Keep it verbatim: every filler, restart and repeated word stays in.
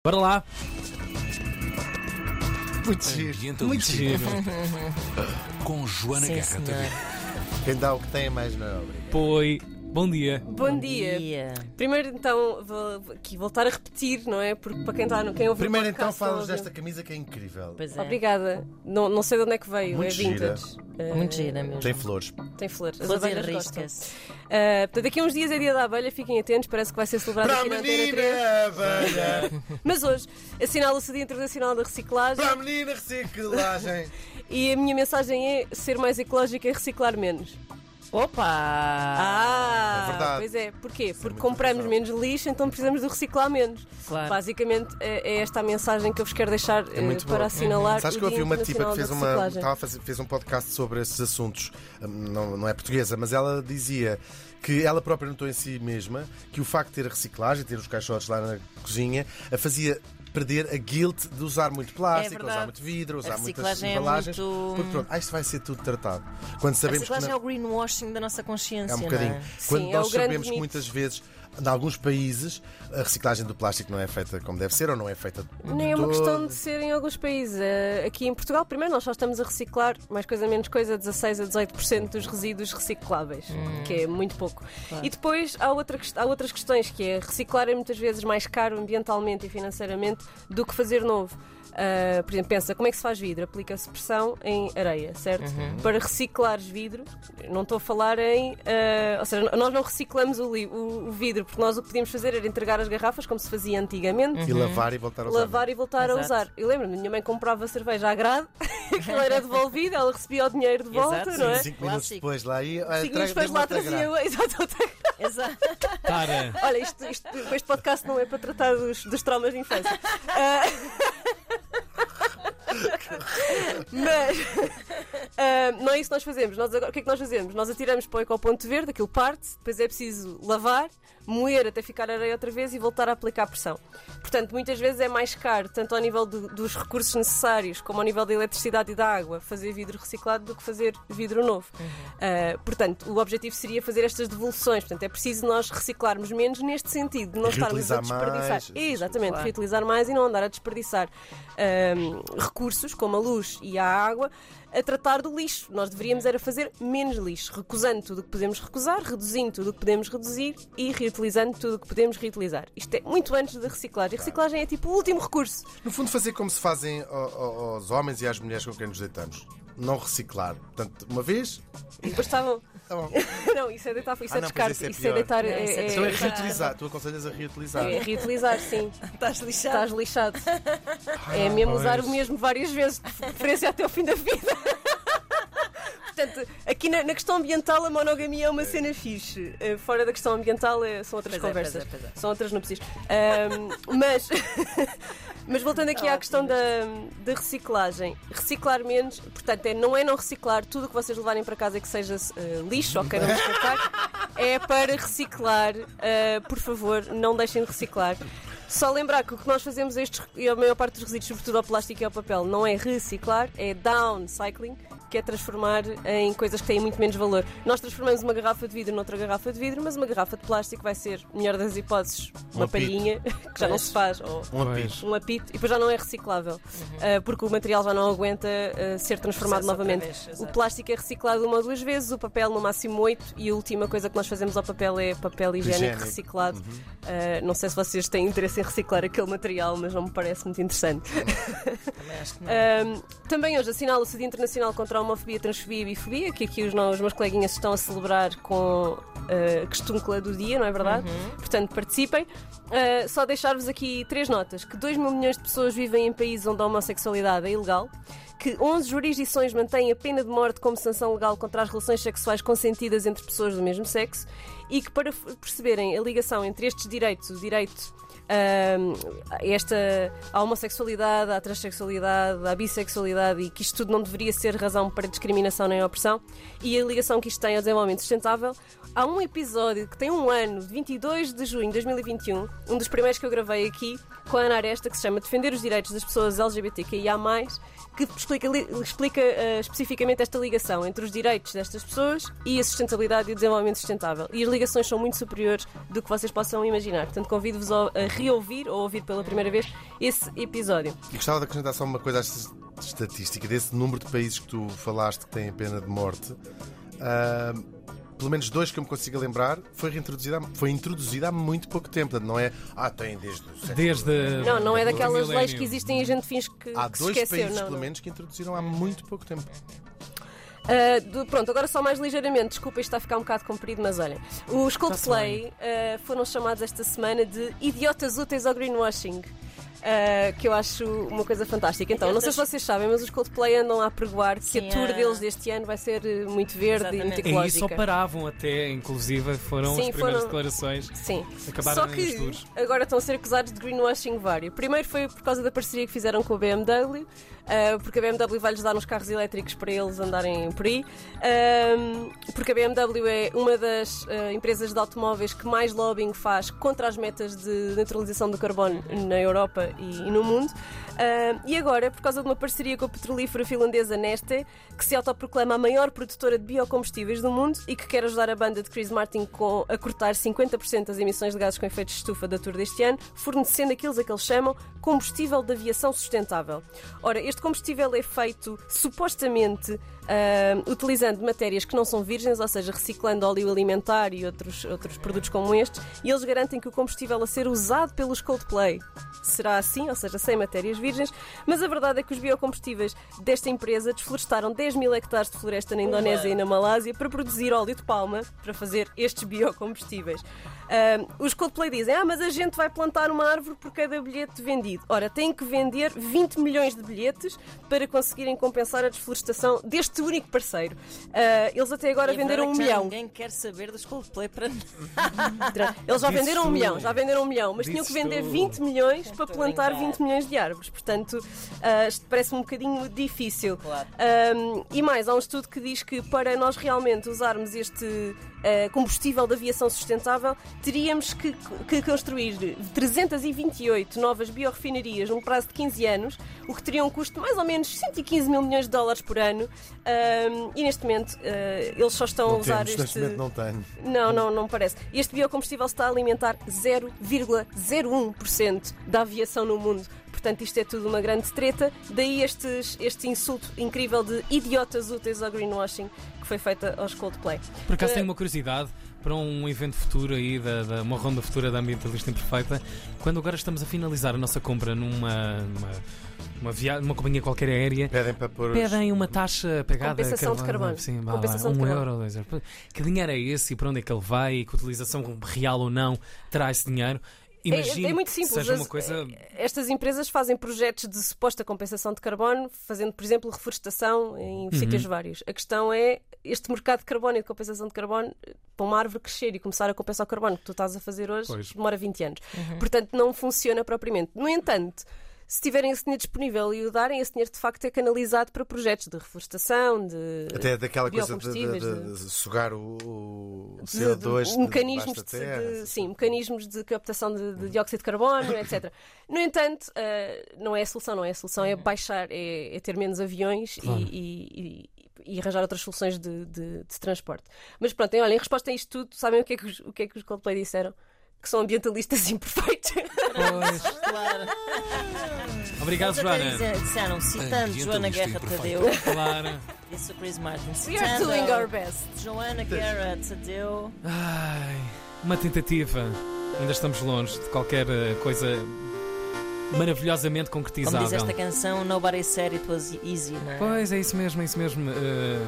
Bora lá. Muito giro. Muito giro. Com Joana Sim, Guerra. senhor. Quem dá o que tem é mais na obra. Foi. Bom dia. Bom dia. dia. Primeiro, então, vou aqui voltar a repetir, não é? Porque para quem, está, quem ouve Primeiro o então podcast, falas não ouve. desta camisa que é incrível. Pois é. Obrigada. Não, não sei de onde é que veio, Muito é gira. vintage. Uh, Muito gira mesmo. Tem flores. Tem flores. As Flores e abelhas gostam. riscas. Uh, portanto, daqui a uns dias é dia da abelha, fiquem atentos, parece que vai ser celebrado Para a aqui na Antena menina três. abelha. Mas hoje assinala-se o Dia Internacional da Reciclagem Para a menina reciclagem. e a minha mensagem é ser mais ecológica e reciclar menos. Opa! Ah, É verdade. pois é. Porquê? Isso é Porque muito compramos razão. menos lixo, então precisamos de reciclar menos. Claro. Basicamente é é esta a mensagem que eu vos quero deixar É muito eh, para boa. assinalar. Sabes o que eu ouvi Dia uma tipa Internacional que fez, da uma, Reciclagem. estava a fazer, fez um podcast sobre esses assuntos. Hum, Não, não é portuguesa, mas ela dizia que ela própria notou em si mesma que o facto de ter a reciclagem, ter os caixotes lá na cozinha, a fazia perder a guilt de usar muito plástico, verdade. usar muito vidro, usar A muitas reciclagem é embalagens. muito- Porque pronto, ah, isto vai ser tudo tratado. Quando A sabemos que reciclagem na- é o greenwashing da nossa consciência. é um não bocadinho. é? Quando Sim, é nós o grande sabemos que mito. muitas vezes, em alguns países, a reciclagem do plástico não é feita como deve ser ou não é feita de Nem é uma todo. questão de ser em alguns países. Eh, Aqui em Portugal, primeiro, nós só estamos a reciclar, mais coisa menos coisa, dezasseis a dezoito por cento dos resíduos recicláveis, que é muito pouco. Claro. E depois há, outra, quest- há outras questões, que é reciclar é muitas vezes mais caro ambientalmente e financeiramente do que fazer novo. Uh, por exemplo, pensa, como é que se faz vidro? Aplica-se pressão em areia, certo? Para reciclares vidro, não estou a falar em... uh, ou seja, nós não reciclamos o, li- o- o vidro, porque nós o que podíamos fazer era entregar as garrafas, como se fazia antigamente, E lavar e voltar a usar. lavar e voltar Exato. a usar. Eu lembro-me, minha mãe comprava cerveja à grade, aquilo era devolvido, ela recebia o dinheiro de volta, Exato, não é? Cinco minutos Clássico. depois lá e Cinco minutos depois lá trazia... Exato, outra grade. Exato. é. Tara. Olha, isto, isto, este podcast não é para tratar dos, dos traumas de infância. Ah, Mas ah, não é isso que nós fazemos. Nós agora, o que é que nós fazemos? Nós atiramos para o ecoponto verde, aquilo parte, depois é preciso lavar, moer até ficar areia outra vez e voltar a aplicar pressão. Portanto, muitas vezes é mais caro, tanto ao nível do- dos recursos necessários como ao nível da eletricidade e da água, fazer vidro reciclado do que fazer vidro novo. Ah, portanto, o objetivo seria fazer estas devoluções. Portanto, é preciso nós reciclarmos menos neste sentido, de não estarmos a Reutilizar desperdiçar. mais. Exatamente, Claro. reutilizar mais e não andar a desperdiçar ahm, recursos como a luz e a água a tratar do lixo. Nós deveríamos era fazer menos lixo, recusando tudo o que podemos recusar, reduzindo tudo o que podemos reduzir e reutilizando tudo o que podemos reutilizar. Isto é muito antes da reciclagem. A reciclagem é tipo o último recurso. No fundo, fazer como se fazem ao- ao- aos homens e às mulheres com quem nos deitamos. Não reciclar. Portanto, uma vez, E depois estavam. tá bom. Não, isso é deitar, isso Ah, é não, descarte, pois isso é isso é pior. deitar. Não, É, isso é Então é é, reutilizar. Tu aconselhas a reutilizar. é reutilizar, sim. Estás lixado. Estás lixado. É mesmo usar o mesmo várias vezes, de preferência até ao fim da vida. Portanto, aqui na, na questão ambiental a monogamia é uma cena fixe. Eh, Fora da questão ambiental é- são outras Pois é, conversas. pois é, pois é. São outras núpcias. Ahm, mas, mas voltando aqui à questão da, da reciclagem. Reciclar menos, portanto, é, não é não reciclar tudo o que vocês levarem para casa que seja eh, lixo ou queiram descartar. É para reciclar. eh, por favor, não deixem de reciclar. Só lembrar que o que nós fazemos a estes, e a maior parte dos resíduos, sobretudo ao plástico e ao papel, não é reciclar, é downcycling, que é transformar em coisas que têm muito menos valor. Nós transformamos uma garrafa de vidro noutra garrafa de vidro, mas uma garrafa de plástico vai ser, melhor das hipóteses, uma Um apito. palhinha, que já não se faz, ou Um apito. um apito, e depois já não é reciclável, uh, porque o material já não aguenta uh, ser transformado Processo outra novamente. vez, O exato. plástico é reciclado uma ou duas vezes, o papel no máximo oito, e a última coisa que nós fazemos ao papel é papel higiênico, Higiênico. reciclado. Uh, não sei se vocês têm interesse em reciclar aquele material, mas não me parece muito interessante. Também acho que não. Um, também hoje assinala-se o Dia Internacional contra a Homofobia, Transfobia e Bifobia, que aqui os, os meus coleguinhas estão a celebrar com uh, a questúncula do dia, não é verdade? Portanto, participem. Uh, só deixar-vos aqui três notas: que dois mil milhões de pessoas vivem em países onde a homossexualidade é ilegal, que onze jurisdições mantêm a pena de morte como sanção legal contra as relações sexuais consentidas entre pessoas do mesmo sexo e que, para f- perceberem a ligação entre estes direitos, o direito Ahm, esta, a homossexualidade, a transexualidade, a bissexualidade, e que isto tudo não deveria ser razão para discriminação nem opressão, e a ligação que isto tem ao desenvolvimento sustentável. Há um episódio que tem um ano, de vinte e dois de junho de dois mil e vinte e um, um dos primeiros que eu gravei aqui com a Ana Aresta, que se chama Defender os Direitos das Pessoas L G B T Q I A mais, que explica, li- explica uh, especificamente esta ligação entre os direitos destas pessoas e a sustentabilidade e o desenvolvimento sustentável. E as ligações são muito superiores do que vocês possam imaginar. Portanto, convido-vos a reouvir ou ouvir pela primeira vez esse episódio. E gostava de acrescentar só uma coisa à esta estatística, desse número de países que tu falaste que têm a pena de morte. Ah, pelo menos dois que eu me consigo lembrar, foi reintroduzida, foi introduzida há muito pouco tempo. Portanto, não é, ah, tem desde o século. Desde. Não, não é do daquelas milénio. leis que existem e a gente finge que, Há que se dois esqueceu. países, Não, pelo não. menos, que introduziram há muito pouco tempo. Uh, do- pronto, agora só mais ligeiramente, desculpa, isto está a ficar um bocado comprido, mas olhem, os Coldplay uh, foram chamados esta semana de idiotas úteis ao greenwashing. Uh, que eu acho uma coisa fantástica. Então, não sei se vocês sabem, mas os Coldplay andam lá a pregoar que Sim, a tour é. deles deste ano vai ser uh, muito verde Exatamente. e muito E aí ecológica. só paravam até, inclusive, foram Sim, as primeiras foram- declarações. Sim. Acabaram Só nos que tours. agora estão a ser acusados de greenwashing vários. Primeiro foi por causa da parceria que fizeram com a B M W, uh, porque a B M W vai-lhes dar uns carros elétricos para eles andarem por aí, um, porque a B M W é uma das uh, empresas de automóveis que mais lobbying faz contra as metas de neutralização do carbono na Europa e, e no mundo. Uh, e agora, por causa de uma parceria com a petrolífera finlandesa Neste, que se autoproclama a maior produtora de biocombustíveis do mundo e que quer ajudar a banda de Chris Martin com, a cortar cinquenta por cento das emissões de gases com efeito de estufa da Tour deste ano, fornecendo aqueles a que eles chamam combustível de aviação sustentável. Ora, este combustível é feito supostamente uh, utilizando matérias que não são virgens, ou seja, reciclando óleo alimentar e outros, outros produtos como estes, e eles garantem que o combustível a ser usado pelos Coldplay será assim, ou seja, sem matérias virgens, mas a verdade é que os biocombustíveis desta empresa desflorestaram dez mil hectares de floresta na Indonésia e na Malásia para produzir óleo de palma para fazer estes biocombustíveis. Ah, os Coldplay dizem, ah, mas a gente vai plantar uma árvore por cada bilhete vendido. Ora, têm que vender vinte milhões de bilhetes para conseguirem compensar a desflorestação deste único parceiro. Ah, eles até agora E a venderam um verdade é que já milhão. Ninguém quer saber dos Coldplay para Eles já Disse venderam um tu. milhão, já venderam um milhão, mas tinham Disse que vender tu. vinte milhões para Estou a plantar brincar. vinte milhões de árvores. Portanto, ah, isto parece um bocadinho difícil. Claro. Um, e mais, há um estudo que diz que para nós realmente usarmos este ah, combustível de aviação sustentável, teríamos que, que construir trezentas e vinte e oito novas biorefinarias num prazo de quinze anos, o que teria um custo de mais ou menos cento e quinze mil milhões de dólares por ano. Um, e neste momento ah, eles só estão a Não usar temos, neste este. momento não tenho. Não, não, não parece. Este biocombustível está a alimentar zero vírgula zero um por cento da aviação no mundo. Portanto, isto é tudo uma grande treta. Daí estes, este insulto incrível de idiotas úteis ao greenwashing que foi feita aos Coldplay. Por acaso Eh, tenho uma curiosidade para um evento futuro aí, da, da- uma ronda futura da Ambientalista Imperfeita, quando agora estamos a finalizar a nossa compra numa uma, uma, via, uma companhia qualquer aérea, Pedem para pôr. os- pedem uma taxa pegada Compensação de carbono. Sim, vá lá, Compensação de um carbono. euro, dois euros. Que dinheiro é esse e para onde é que ele vai e que utilização real ou não terá esse dinheiro? Imagino é, é muito que simples. seja As- uma coisa. Estas empresas fazem projetos de suposta compensação de carbono, fazendo, por exemplo, reflorestação em Uhum. sítios vários. A questão é este mercado de carbono e de compensação de carbono, para uma árvore crescer e começar a compensar o carbono que tu estás a fazer hoje, Pois. demora vinte anos. Portanto, não funciona propriamente. No entanto, se tiverem esse dinheiro disponível e o darem, esse dinheiro de facto é canalizado para projetos de reflorestação, de Até daquela coisa de, de- biocombustíveis, de- de sugar o, o de- C O dois de de- mecanismos debaixo da de, terra, de- assim. sim, mecanismos de captação de, de dióxido de carbono, etcétera. No entanto, eh, não é a solução, não é a solução, é baixar, é, é ter menos aviões e- Claro. e, e- e arranjar outras soluções de, de- de transporte. Mas pronto, olha, em resposta a isto tudo, sabem o que é que os, o que é que os Coldplay disseram? Que são ambientalistas imperfeitos. Pois. Claro. Obrigado, Eles até Joana. dizem- disseram, citando Ambientalista Joana Guerra imperfeito. Tadeu, Claro. disse o Chris Martin, We are citando doing our best. Joana Guerra Tadeu. Ai, uma tentativa. Ainda estamos longe de qualquer eh, coisa maravilhosamente Como diz concretizável. esta canção, Nobody said it was easy, não é? Pois é isso mesmo, é isso mesmo. Eh,